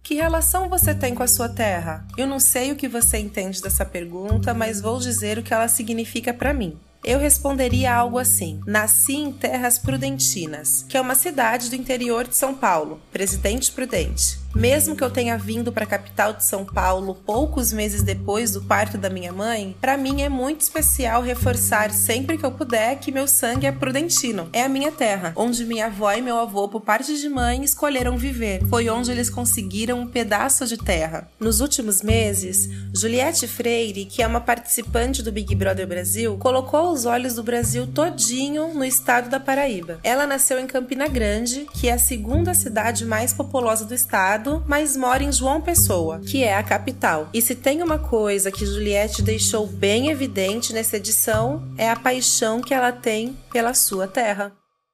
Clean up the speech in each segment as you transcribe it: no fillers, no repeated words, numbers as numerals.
Que relação você tem com a sua terra? Eu não sei o que você entende dessa pergunta, mas vou dizer o que ela significa para mim. Eu responderia algo assim: nasci em Terras Prudentinas, que é uma cidade do interior de São Paulo, Presidente Prudente. Mesmo que eu tenha vindo para a capital de São Paulo poucos meses depois do parto da minha mãe, para mim é muito especial reforçar sempre que eu puder que meu sangue é prudentino. É a minha terra, onde minha avó e meu avô, por parte de mãe, escolheram viver. Foi onde eles conseguiram um pedaço de terra. Nos últimos meses, Juliette Freire, que é uma participante do Big Brother Brasil, colocou os olhos do Brasil todinho no estado da Paraíba. Ela nasceu em Campina Grande, que é a segunda cidade mais populosa do estado, mas mora em João Pessoa, que é a capital. E se tem uma coisa que Juliette deixou bem evidente nessa edição, é a paixão que ela tem pela sua terra.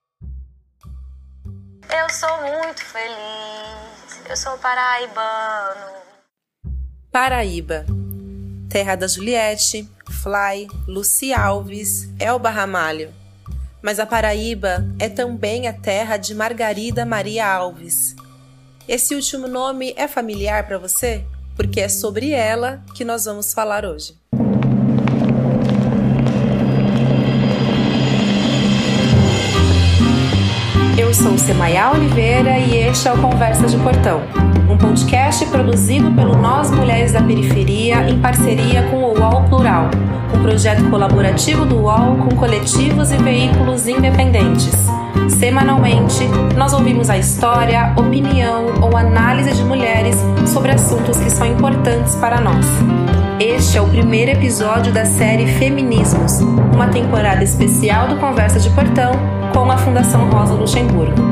Eu sou muito feliz, eu sou paraibano. Paraíba, terra da Juliette, Fly, Lucy Alves, Elba Ramalho. Mas a Paraíba é também a terra de Margarida Maria Alves. Esse último nome é familiar para você? Porque é sobre ela que nós vamos falar hoje. Eu sou Semaia Oliveira e este é o Conversa de Portão, um podcast produzido pelo Nós Mulheres da Periferia em parceria com o UOL Plural, um projeto colaborativo do UOL com coletivos e veículos independentes. Semanalmente, nós ouvimos a história, opinião ou análise de mulheres sobre assuntos que são importantes para nós. Este é o primeiro episódio da série Feminismos, uma temporada especial do Conversa de Portão com a Fundação Rosa Luxemburgo.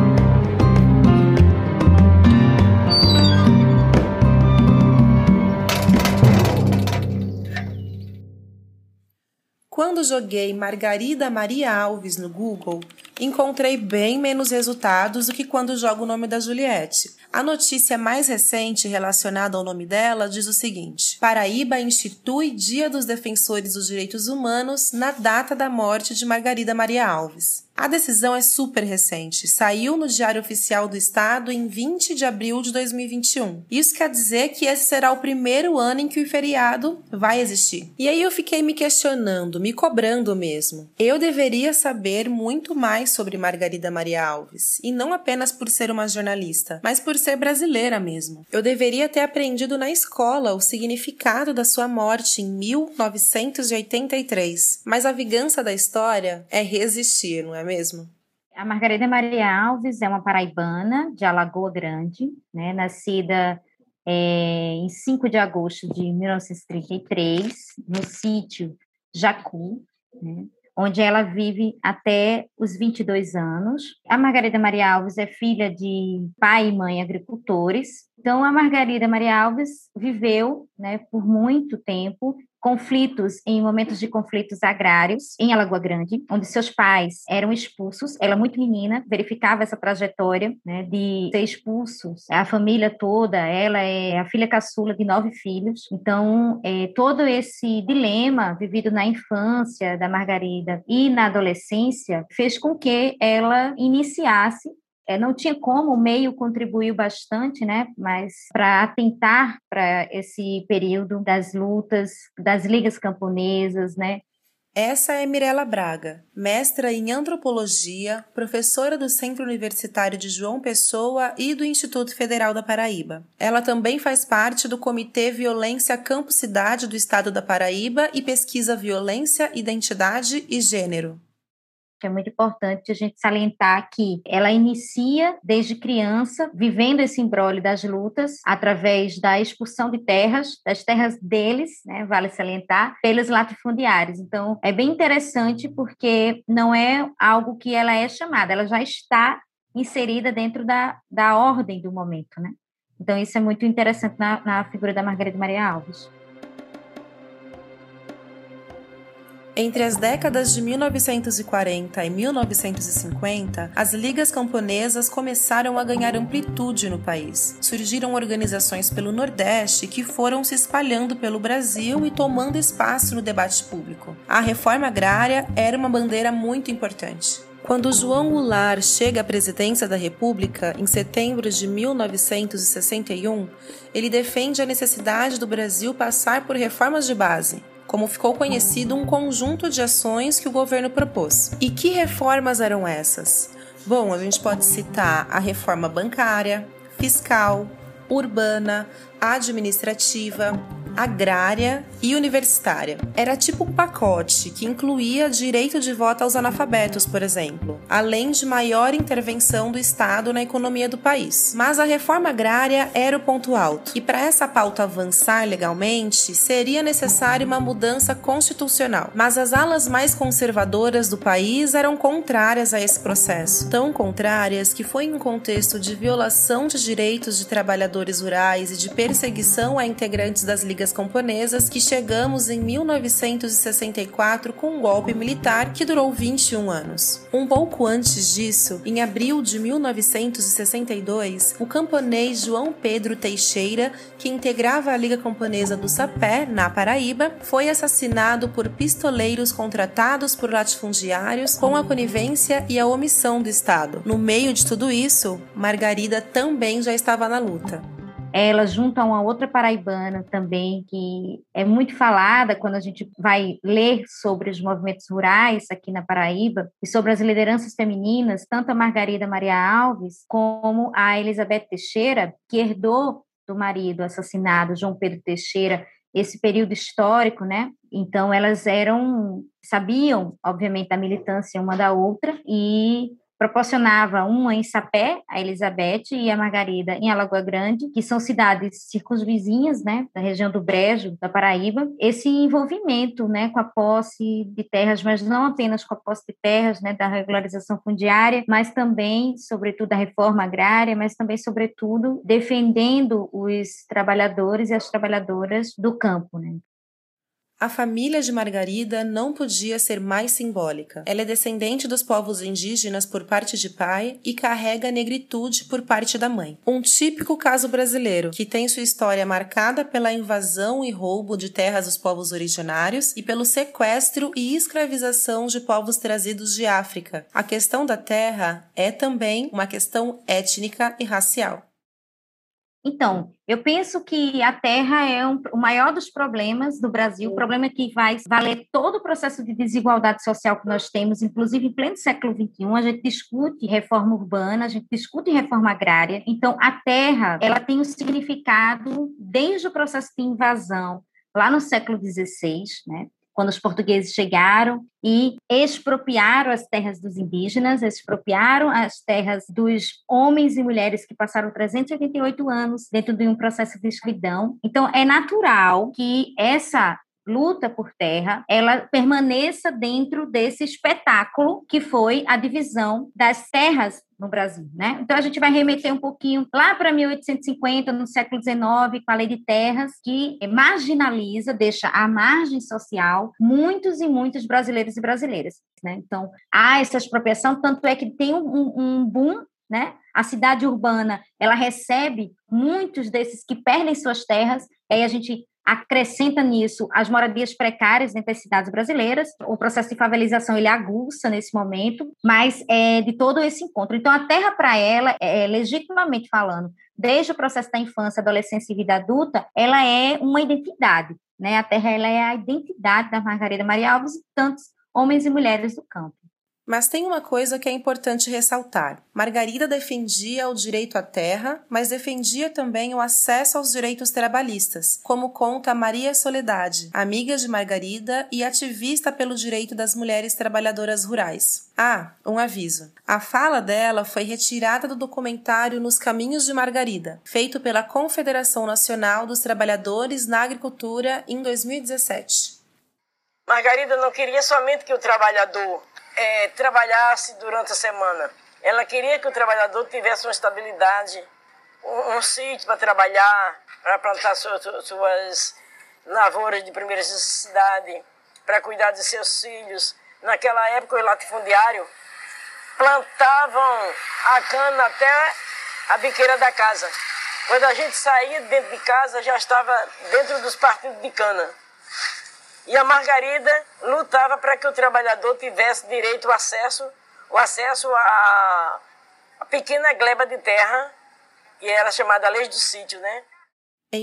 Quando joguei Margarida Maria Alves no Google, encontrei bem menos resultados do que quando jogo o nome da Juliette. A notícia mais recente relacionada ao nome dela diz o seguinte: Paraíba institui Dia dos Defensores dos Direitos Humanos na data da morte de Margarida Maria Alves. A decisão é super recente, saiu no Diário Oficial do Estado em 20 de abril de 2021. Isso quer dizer que esse será o primeiro ano em que o feriado vai existir. E aí eu fiquei me questionando, me cobrando mesmo. Eu deveria saber muito mais sobre Margarida Maria Alves, e não apenas por ser uma jornalista, mas por ser brasileira mesmo. Eu deveria ter aprendido na escola o significado da sua morte em 1983, mas a vingança da história é resistir, não é mesmo? A Margarida Maria Alves é uma paraibana de Alagoa Grande, né, nascida em 5 de agosto de 1933, no sítio Jacu, né, onde ela vive até os 22 anos. A Margarida Maria Alves é filha de pai e mãe agricultores. Então, a Margarida Maria Alves viveu, né, por muito tempo em momentos de conflitos agrários em Alagoa Grande, onde seus pais eram expulsos. Ela, muito menina, verificava essa trajetória, né, de ser expulsos. A família toda, ela é a filha caçula de 9 filhos. Então, todo esse dilema vivido na infância da Margarida e na adolescência fez com que ela iniciasse. Não tinha como, o meio contribuiu bastante, né? Mas para atentar para esse período das lutas, das ligas camponesas, né? Essa é Mirela Braga, mestra em antropologia, professora do Centro Universitário de João Pessoa e do Instituto Federal da Paraíba. Ela também faz parte do Comitê Violência Campo Cidade do Estado da Paraíba e pesquisa violência, identidade e gênero. É muito importante a gente salientar que ela inicia desde criança, vivendo esse imbróglio das lutas, através da expulsão de terras, das terras deles, né, vale salientar, pelos latifundiários. Então, é bem interessante porque não é algo que ela é chamada, ela já está inserida dentro da ordem do momento, né? Então, isso é muito interessante na figura da Margarida Maria Alves. Entre as décadas de 1940 e 1950, as ligas camponesas começaram a ganhar amplitude no país. Surgiram organizações pelo Nordeste que foram se espalhando pelo Brasil e tomando espaço no debate público. A reforma agrária era uma bandeira muito importante. Quando João Goulart chega à presidência da República, em setembro de 1961, ele defende a necessidade do Brasil passar por reformas de base, como ficou conhecido um conjunto de ações que o governo propôs. E que reformas eram essas? Bom, a gente pode citar a reforma bancária, fiscal, urbana, administrativa, agrária e universitária. Era tipo um pacote que incluía direito de voto aos analfabetos, por exemplo, além de maior intervenção do Estado na economia do país. Mas a reforma agrária era o ponto alto. E para essa pauta avançar legalmente, seria necessária uma mudança constitucional. Mas as alas mais conservadoras do país eram contrárias a esse processo. Tão contrárias que foi em um contexto de violação de direitos de trabalhadores rurais e de perseguição a integrantes das ligas camponesas que chegamos em 1964 com um golpe militar que durou 21 anos. Um pouco antes disso, em abril de 1962, o camponês João Pedro Teixeira, que integrava a Liga Camponesa do Sapé, na Paraíba, foi assassinado por pistoleiros contratados por latifundiários com a conivência e a omissão do Estado. No meio de tudo isso, Margarida também já estava na luta. Ela, junto a uma outra paraibana também, que é muito falada quando a gente vai ler sobre os movimentos rurais aqui na Paraíba e sobre as lideranças femininas, tanto a Margarida Maria Alves como a Elizabeth Teixeira, que herdou do marido assassinado, João Pedro Teixeira, esse período histórico, né? Então, elas sabiam, obviamente, da militância uma da outra e proporcionava uma em Sapé, a Elizabeth, e a Margarida em Alagoa Grande, que são cidades circunvizinhas, né, da região do Brejo, da Paraíba, esse envolvimento, né, com a posse de terras, mas não apenas com a posse de terras, né, da regularização fundiária, mas também, sobretudo, da reforma agrária, mas também, sobretudo, defendendo os trabalhadores e as trabalhadoras do campo, né. A família de Margarida não podia ser mais simbólica. Ela é descendente dos povos indígenas por parte de pai e carrega a negritude por parte da mãe. Um típico caso brasileiro, que tem sua história marcada pela invasão e roubo de terras dos povos originários e pelo sequestro e escravização de povos trazidos de África. A questão da terra é também uma questão étnica e racial. Então, eu penso que a terra é o maior dos problemas do Brasil, o problema que vai valer todo o processo de desigualdade social que nós temos, inclusive em pleno século XXI, a gente discute reforma urbana, a gente discute reforma agrária. Então, a terra, ela tem um significado desde o processo de invasão, lá no século XVI, né? Quando os portugueses chegaram e expropriaram as terras dos indígenas, expropriaram as terras dos homens e mulheres que passaram 388 anos dentro de um processo de escravidão. Então, é natural que essa luta por terra, ela permaneça dentro desse espetáculo que foi a divisão das terras no Brasil, né? Então, a gente vai remeter um pouquinho lá para 1850, no século XIX, com a Lei de Terras, que marginaliza, deixa à margem social muitos e muitos brasileiros e brasileiras, né? Então, há essa expropriação, tanto é que tem um boom, né? A cidade urbana, ela recebe muitos desses que perdem suas terras, aí a gente acrescenta nisso as moradias precárias dentro das cidades brasileiras. O processo de favelização, ele aguça nesse momento, mas é de todo esse encontro. Então, a terra para ela, legitimamente falando, desde o processo da infância, adolescência e vida adulta, ela é uma identidade, né? A terra, ela é a identidade da Margarida Maria Alves e tantos homens e mulheres do campo. Mas tem uma coisa que é importante ressaltar. Margarida defendia o direito à terra, mas defendia também o acesso aos direitos trabalhistas, como conta Maria Soledade, amiga de Margarida e ativista pelo direito das mulheres trabalhadoras rurais. Ah, um aviso. A fala dela foi retirada do documentário Nos Caminhos de Margarida, feito pela Confederação Nacional dos Trabalhadores na Agricultura em 2017. Margarida não queria somente que o trabalhador trabalhasse durante a semana. Ela queria que o trabalhador tivesse uma estabilidade, um sítio para trabalhar, para plantar suas lavouras de primeira necessidade, para cuidar de seus filhos. Naquela época, os latifundiários plantavam a cana até a biqueira da casa. Quando a gente saía dentro de casa, já estava dentro dos partidos de cana. E a Margarida lutava para que o trabalhador tivesse direito ao acesso o acesso à pequena gleba de terra, que era chamada Lei do Sítio, né? Em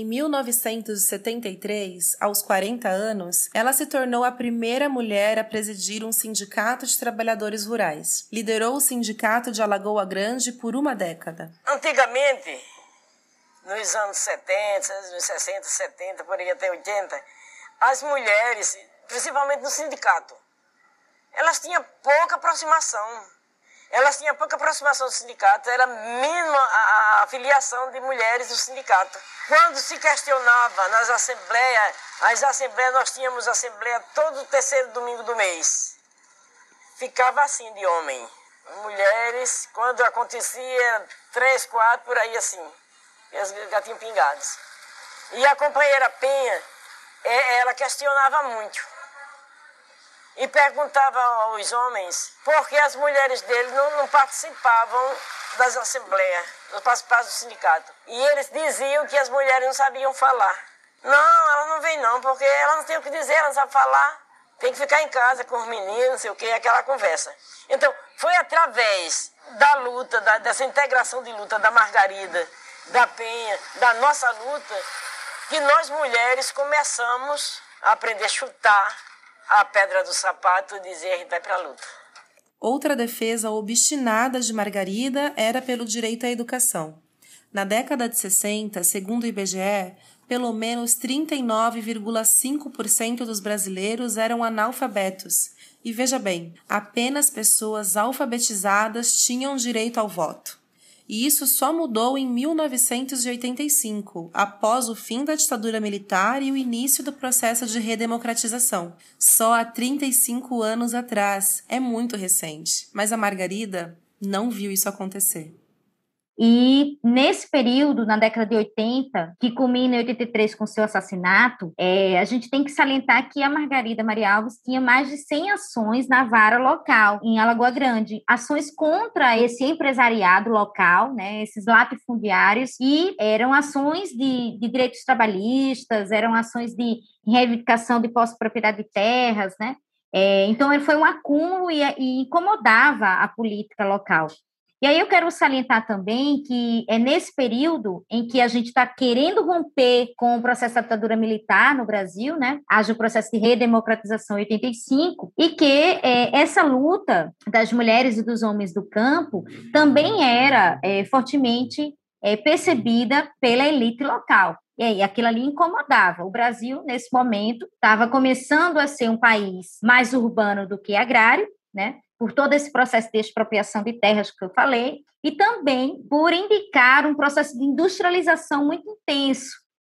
1973, aos 40 anos, ela se tornou a primeira mulher a presidir um sindicato de trabalhadores rurais. Liderou o sindicato de Alagoa Grande por uma década. Antigamente, nos anos 70, nos 60, 70, por aí até 80, as mulheres, principalmente no sindicato, elas tinham pouca aproximação. Elas tinham pouca aproximação do sindicato, era mínima a filiação de mulheres do sindicato. Quando se questionava nas assembleias, nós tínhamos assembleia todo o terceiro domingo do mês. Ficava assim de homem. Mulheres, quando acontecia 3, 4, por aí assim, as gatinhos pingados. E a companheira Penha, ela questionava muito. E perguntava aos homens por que as mulheres dele não participavam das assembleias, não participavam do sindicato. E eles diziam que as mulheres não sabiam falar. Não, ela não vem não, porque ela não tem o que dizer, ela não sabe falar. Tem que ficar em casa com os meninos, não sei o que, aquela conversa. Então, foi através da luta, dessa integração de luta da Margarida, da Penha, da nossa luta, que nós mulheres começamos a aprender a chutar a pedra do sapato e dizer a gente vai para a luta. Outra defesa obstinada de Margarida era pelo direito à educação. Na década de 60, segundo o IBGE, pelo menos 39,5% dos brasileiros eram analfabetos. E veja bem, apenas pessoas alfabetizadas tinham direito ao voto. E isso só mudou em 1985, após o fim da ditadura militar e o início do processo de redemocratização. Só há 35 anos atrás, é muito recente. Mas a Margarida não viu isso acontecer. E nesse período, na década de 80, que culmina em 83 com seu assassinato, a gente tem que salientar que a Margarida Maria Alves tinha mais de 100 ações na vara local, em Alagoa Grande. Ações contra esse empresariado local, né, esses latifundiários, e eram ações de direitos trabalhistas, eram ações de reivindicação de posse-propriedade de terras, né? Então, ele foi um acúmulo e incomodava a política local. E aí eu quero salientar também que é nesse período em que a gente está querendo romper com o processo da ditadura militar no Brasil, né? Haja o processo de redemocratização em 85, e que essa luta das mulheres e dos homens do campo também era fortemente percebida pela elite local. E aí, aquilo ali incomodava. O Brasil, nesse momento, estava começando a ser um país mais urbano do que agrário, né? Por todo esse processo de expropriação de terras que eu falei, e também por indicar um processo de industrialização muito intenso.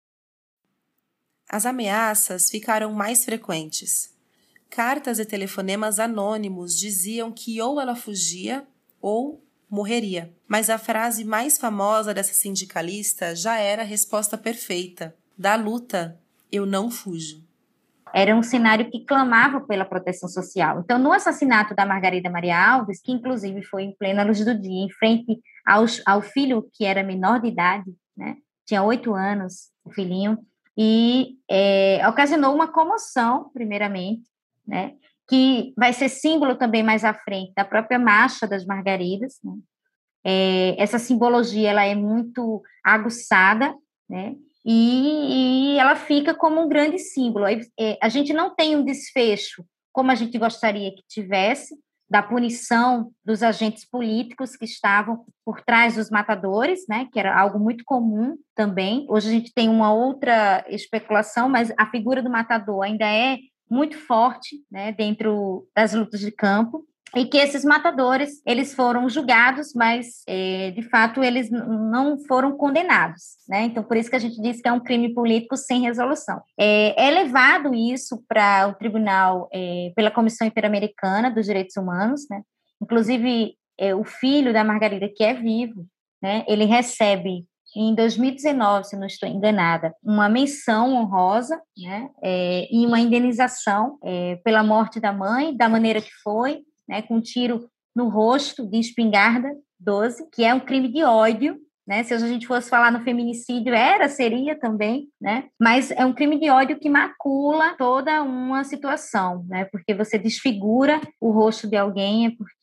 As ameaças ficaram mais frequentes. Cartas e telefonemas anônimos diziam que ou ela fugia ou morreria. Mas a frase mais famosa dessa sindicalista já era a resposta perfeita. Da luta, eu não fujo. Era um cenário que clamava pela proteção social. Então, no assassinato da Margarida Maria Alves, que inclusive foi em plena luz do dia, em frente ao filho que era menor de idade, né? Tinha 8 anos, o filhinho, e ocasionou uma comoção, primeiramente, né? Que vai ser símbolo também mais à frente da própria Marcha das Margaridas, né? Essa simbologia ela é muito aguçada, né? E ela fica como um grande símbolo. A gente não tem um desfecho como a gente gostaria que tivesse, da punição dos agentes políticos que estavam por trás dos matadores, né, que era algo muito comum também. Hoje a gente tem uma outra especulação, mas a figura do matador ainda é muito forte, né, dentro das lutas de campo. E que esses matadores, eles foram julgados, mas, de fato, eles não foram condenados, né? Então, por isso que a gente diz que é um crime político sem resolução. É levado isso para o tribunal pela Comissão Interamericana dos Direitos Humanos, né? Inclusive, o filho da Margarida, que é vivo, né? Ele recebe, em 2019, se não estou enganada, uma menção honrosa, né? E uma indenização pela morte da mãe, da maneira que foi, né, com um tiro no rosto de espingarda 12, que é um crime de ódio, né? Se a gente fosse falar no feminicídio, seria também, né? Mas é um crime de ódio que macula toda uma situação, né? Porque você desfigura o rosto de alguém, é porque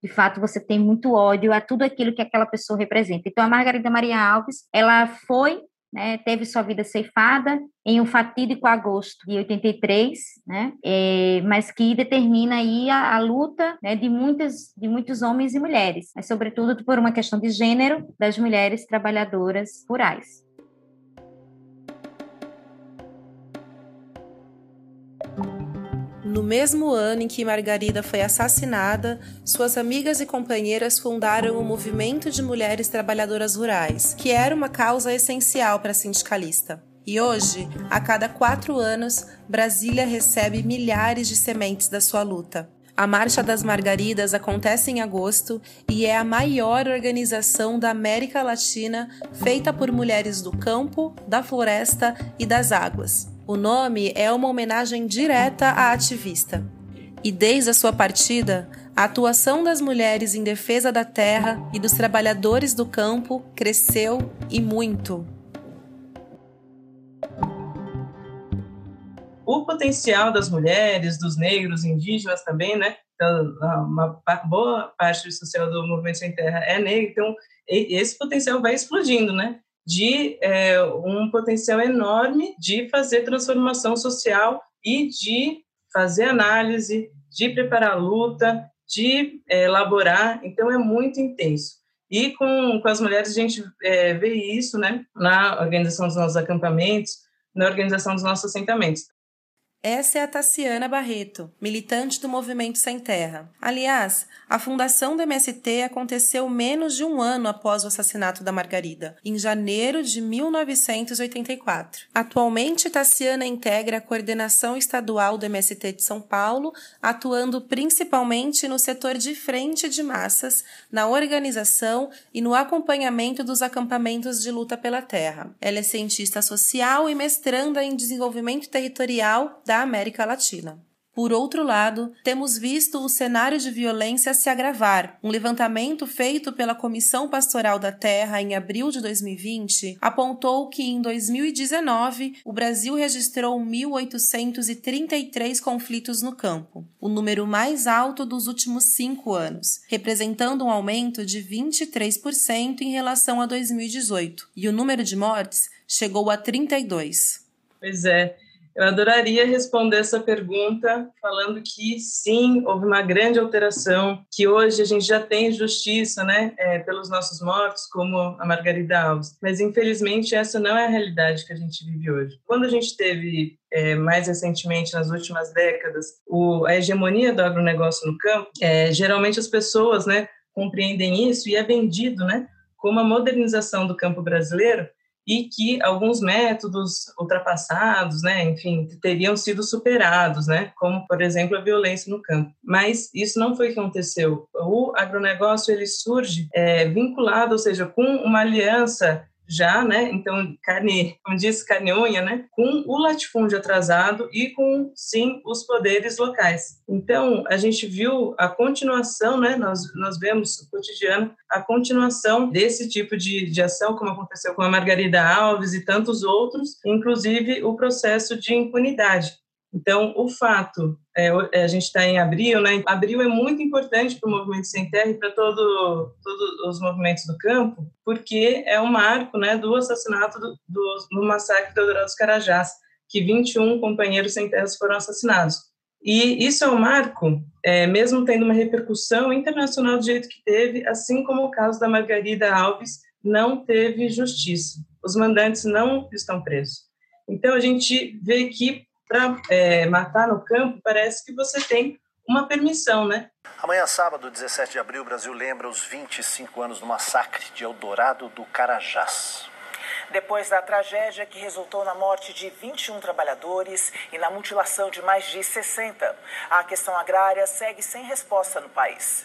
de fato você tem muito ódio a tudo aquilo que aquela pessoa representa. Então, a Margarida Maria Alves, ela foi, né, teve sua vida ceifada em um fatídico agosto de 83, né, mas que determina aí a luta, né, de muitos homens e mulheres, mas sobretudo por uma questão de gênero das mulheres trabalhadoras rurais. No mesmo ano em que Margarida foi assassinada, suas amigas e companheiras fundaram o Movimento de Mulheres Trabalhadoras Rurais, que era uma causa essencial para a sindicalista. E hoje, a cada 4 anos, Brasília recebe milhares de sementes da sua luta. A Marcha das Margaridas acontece em agosto e é a maior organização da América Latina feita por mulheres do campo, da floresta e das águas. O nome é uma homenagem direta à ativista. E desde a sua partida, a atuação das mulheres em defesa da terra e dos trabalhadores do campo cresceu e muito. O potencial das mulheres, dos negros, indígenas também, né? Então, uma boa parte social do Movimento Sem Terra é negra, então esse potencial vai explodindo, né? De um potencial enorme de fazer transformação social e de fazer análise, de preparar a luta, de elaborar, então é muito intenso. E com as mulheres a gente vê isso, né? Na organização dos nossos acampamentos, na organização dos nossos assentamentos. Essa é a Tassiana Barreto, militante do Movimento Sem Terra. Aliás, a fundação do MST aconteceu menos de um ano após o assassinato da Margarida, em janeiro de 1984. Atualmente, Tassiana integra a coordenação estadual do MST de São Paulo, atuando principalmente no setor de frente de massas, na organização e no acompanhamento dos acampamentos de luta pela terra. Ela é cientista social e mestranda em desenvolvimento territorial da América Latina. Por outro lado, temos visto o cenário de violência se agravar. Um levantamento feito pela Comissão Pastoral da Terra em abril de 2020 apontou que em 2019 o Brasil registrou 1.833 conflitos no campo, o número mais alto dos últimos 5 anos, representando um aumento de 23% em relação a 2018, e o número de mortes chegou a 32. Pois é. Eu adoraria responder essa pergunta falando que sim, houve uma grande alteração, que hoje a gente já tem justiça, né, pelos nossos mortos, como a Margarida Alves. Mas, infelizmente, essa não é a realidade que a gente vive hoje. Quando a gente teve, mais recentemente, nas últimas décadas, a hegemonia do agronegócio no campo, geralmente as pessoas, né, compreendem isso e é vendido, né, como a modernização do campo brasileiro, e que alguns métodos ultrapassados, né, enfim, teriam sido superados, né, como, por exemplo, a violência no campo. Mas isso não foi o que aconteceu. O agronegócio, ele surge vinculado, ou seja, com uma aliança já, né, então, como disse, carne e unha, né, com o latifúndio atrasado e com, sim, os poderes locais. Então, a gente viu a continuação, né, nós vemos no cotidiano a continuação desse tipo de ação, como aconteceu com a Margarida Alves e tantos outros, inclusive o processo de impunidade. Então, o fato, a gente está em abril, né? Abril é muito importante para o Movimento Sem Terra e para todos os movimentos do campo, porque é um marco, né, do assassinato do massacre de Eldorado dos Carajás, que 21 companheiros sem terras foram assassinados. E isso é um marco, mesmo tendo uma repercussão internacional do jeito que teve, assim como o caso da Margarida Alves não teve justiça. Os mandantes não estão presos. Então, a gente vê que para matar no campo, parece que você tem uma permissão, né? Amanhã, sábado, 17 de abril, o Brasil lembra os 25 anos do massacre de Eldorado do Carajás. Depois da tragédia que resultou na morte de 21 trabalhadores e na mutilação de mais de 60, a questão agrária segue sem resposta no país.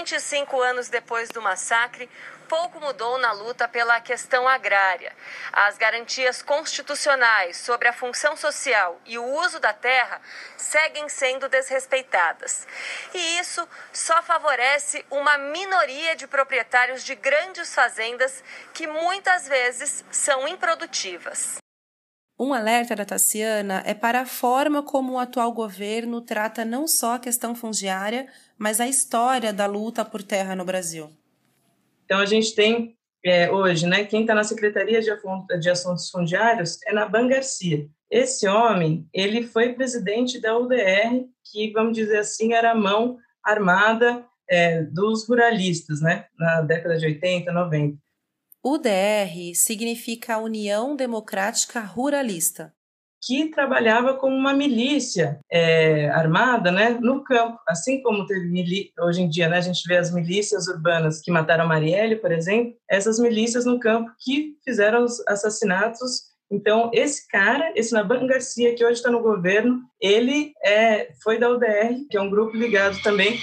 25 anos depois do massacre, pouco mudou na luta pela questão agrária. As garantias constitucionais sobre a função social e o uso da terra seguem sendo desrespeitadas. E isso só favorece uma minoria de proprietários de grandes fazendas que muitas vezes são improdutivas. Um alerta da Taciana é para a forma como o atual governo trata não só a questão fundiária, mas a história da luta por terra no Brasil. Então, a gente tem hoje, né, quem está na Secretaria de Assuntos Fundiários é Naban Garcia. Esse homem, ele foi presidente da UDR, que, vamos dizer assim, era a mão armada dos ruralistas, né, na década de 80, 90. UDR significa União Democrática Ruralista, que trabalhava como uma milícia armada, né, no campo. Assim como teve hoje em dia, né, a gente vê as milícias urbanas que mataram Marielle, por exemplo, essas milícias no campo que fizeram os assassinatos. Então, esse Naban Garcia, que hoje está no governo, ele foi da UDR, que é um grupo ligado também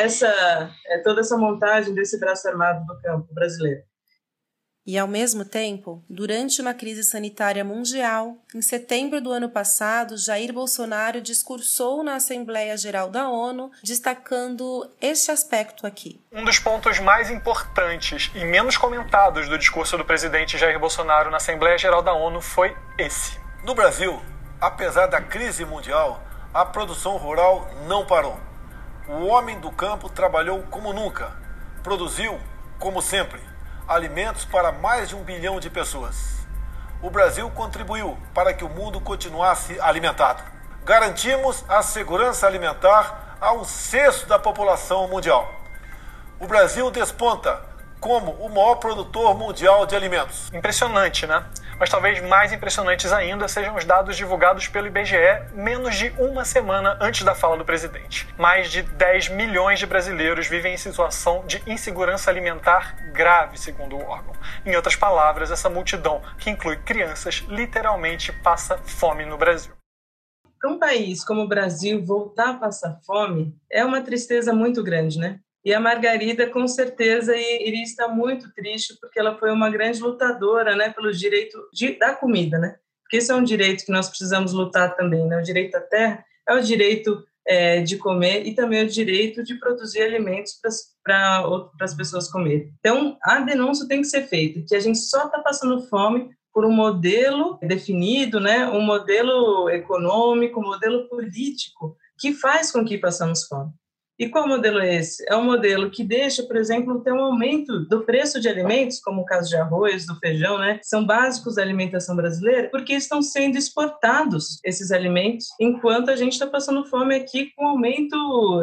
a toda essa montagem desse braço armado do campo brasileiro. E, ao mesmo tempo, durante uma crise sanitária mundial, em setembro do ano passado, Jair Bolsonaro discursou na Assembleia Geral da ONU, destacando este aspecto aqui. Um dos pontos mais importantes e menos comentados do discurso do presidente Jair Bolsonaro na Assembleia Geral da ONU foi esse. No Brasil, apesar da crise mundial, a produção rural não parou. O homem do campo trabalhou como nunca, produziu como sempre alimentos para mais de 1 bilhão de pessoas. O Brasil contribuiu para que o mundo continuasse alimentado. Garantimos a segurança alimentar a 1/6 da população mundial. O Brasil desponta como o maior produtor mundial de alimentos. Impressionante, né? Mas talvez mais impressionantes ainda sejam os dados divulgados pelo IBGE menos de uma semana antes da fala do presidente. Mais de 10 milhões de brasileiros vivem em situação de insegurança alimentar grave, segundo o órgão. Em outras palavras, essa multidão, que inclui crianças, literalmente passa fome no Brasil. Para um país como o Brasil voltar a passar fome é uma tristeza muito grande, né? E a Margarida, com certeza, iria estar muito triste, porque ela foi uma grande lutadora, né, pelo direito da comida, né? Porque esse é um direito que nós precisamos lutar também, né? O direito à terra é o direito de comer e também o direito de produzir alimentos para as pessoas comerem. Então, a denúncia tem que ser feita, que a gente só está passando fome por um modelo definido, né? Um modelo econômico, um modelo político, que faz com que passamos fome. E qual modelo é esse? É um modelo que deixa, por exemplo, ter um aumento do preço de alimentos, como o caso de arroz, do feijão, né? São básicos da alimentação brasileira, porque estão sendo exportados esses alimentos, enquanto a gente está passando fome aqui com aumento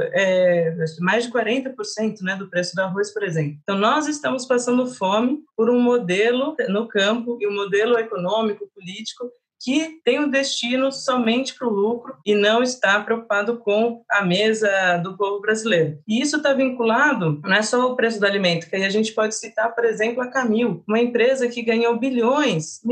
mais de 40%, né, do preço do arroz, por exemplo. Então, nós estamos passando fome por um modelo no campo e um modelo econômico, político, que tem um destino somente para o lucro e não está preocupado com a mesa do povo brasileiro. E isso está vinculado, não é só o preço do alimento, que aí a gente pode citar, por exemplo, a Camil, uma empresa que ganhou milhões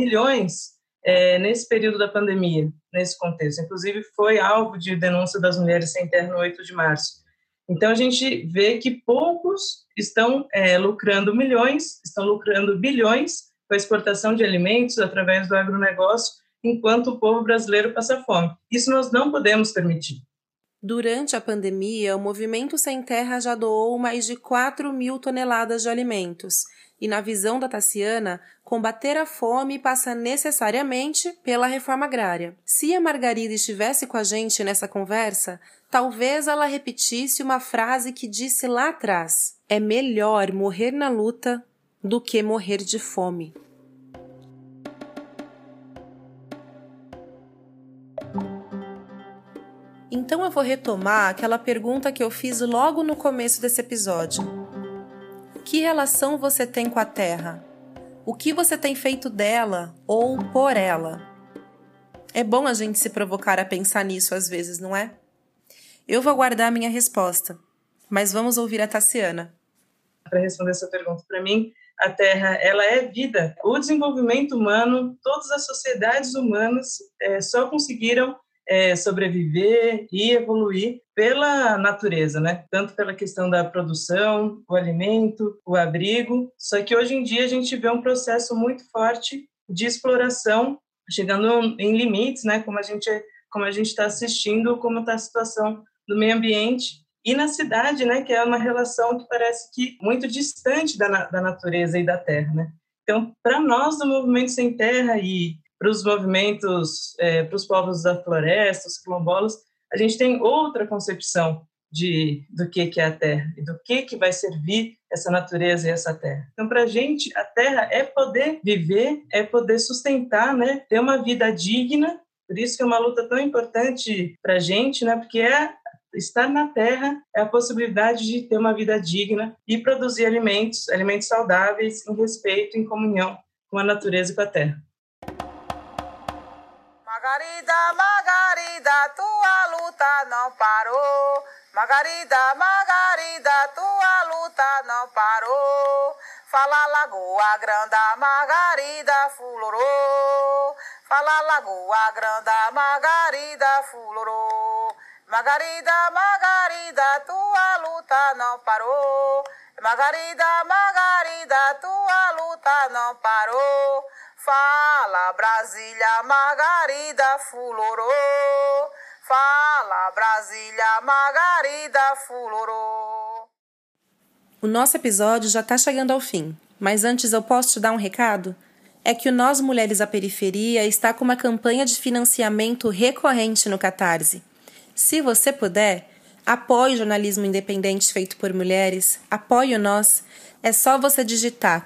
nesse período da pandemia, nesse contexto. Inclusive, foi alvo de denúncia das mulheres sem terra no 8 de março. Então, a gente vê que poucos estão lucrando milhões, estão lucrando bilhões com a exportação de alimentos através do agronegócio, enquanto o povo brasileiro passa fome. Isso nós não podemos permitir. Durante a pandemia, o Movimento Sem Terra já doou mais de 4.000 toneladas de alimentos. E na visão da Taciana, combater a fome passa necessariamente pela reforma agrária. Se a Margarida estivesse com a gente nessa conversa, talvez ela repetisse uma frase que disse lá atrás: é melhor morrer na luta do que morrer de fome. Então eu vou retomar aquela pergunta que eu fiz logo no começo desse episódio. Que relação você tem com a Terra? O que você tem feito dela ou por ela? É bom a gente se provocar a pensar nisso às vezes, não é? Eu vou aguardar a minha resposta, mas vamos ouvir a Taciana. Para responder essa pergunta, para mim, a Terra, ela é vida. O desenvolvimento humano, todas as sociedades humanas só conseguiram sobreviver e evoluir pela natureza, né? Tanto pela questão da produção, o alimento, o abrigo. Só que hoje em dia a gente vê um processo muito forte de exploração, chegando em limites, né? Como a gente está assistindo, como está a situação do meio ambiente e na cidade, né? Que é uma relação que parece que muito distante da natureza e da terra, né? Então, para nós do Movimento Sem Terra e para os movimentos, para os povos da floresta, os quilombolas, a gente tem outra concepção do que é a terra e do que vai servir essa natureza e essa terra. Então, para a gente, a terra é poder viver, é poder sustentar, né? Ter uma vida digna. Por isso que é uma luta tão importante para a gente, né? Porque estar na terra é a possibilidade de ter uma vida digna e produzir alimentos saudáveis, em respeito, em comunhão com a natureza e com a terra. Margarida, Margarida, tua luta não parou. Margarida, Margarida, tua luta não parou. Fala Lagoa Grande, Margarida fulorou. Fala Lagoa Grande, Margarida fulorou. Margarida, Margarida, tua luta não parou. Margarida, Margarida, tua luta não parou. Fala Brasília, Margarida fulorou. Fala Brasília, Margarida fulorou. O nosso episódio já está chegando ao fim, mas antes eu posso te dar um recado? É que o Nós Mulheres da Periferia está com uma campanha de financiamento recorrente no Catarse. Se você puder, apoie o jornalismo independente feito por mulheres, apoie o Nós. É só você digitar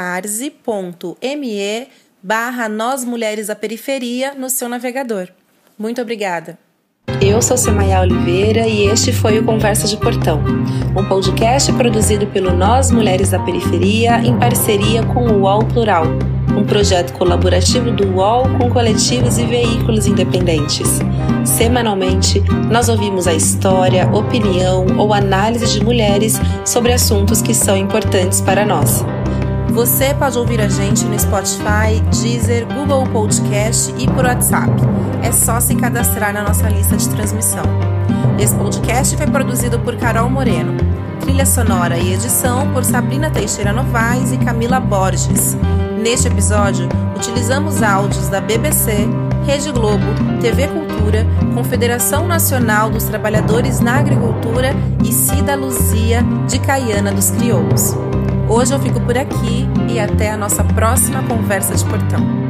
catarse.me/Nós Mulheres da Periferia no seu navegador. Muito obrigada. Eu sou Semaia Oliveira e este foi o Conversa de Portão, um podcast produzido pelo Nós Mulheres da Periferia em parceria com o UOL Plural, um projeto colaborativo do UOL com coletivos e veículos independentes. Semanalmente, nós ouvimos a história, opinião ou análise de mulheres sobre assuntos que são importantes para nós. Você pode ouvir a gente no Spotify, Deezer, Google Podcast e por WhatsApp. É só se cadastrar na nossa lista de transmissão. Esse podcast foi produzido por Carol Moreno. Trilha sonora e edição por Sabrina Teixeira Novaes e Camila Borges. Neste episódio, utilizamos áudios da BBC, Rede Globo, TV Cultura, Confederação Nacional dos Trabalhadores na Agricultura e Cida Luzia, de Caiana dos Crioulos. Hoje eu fico por aqui e até a nossa próxima Conversa de Portão.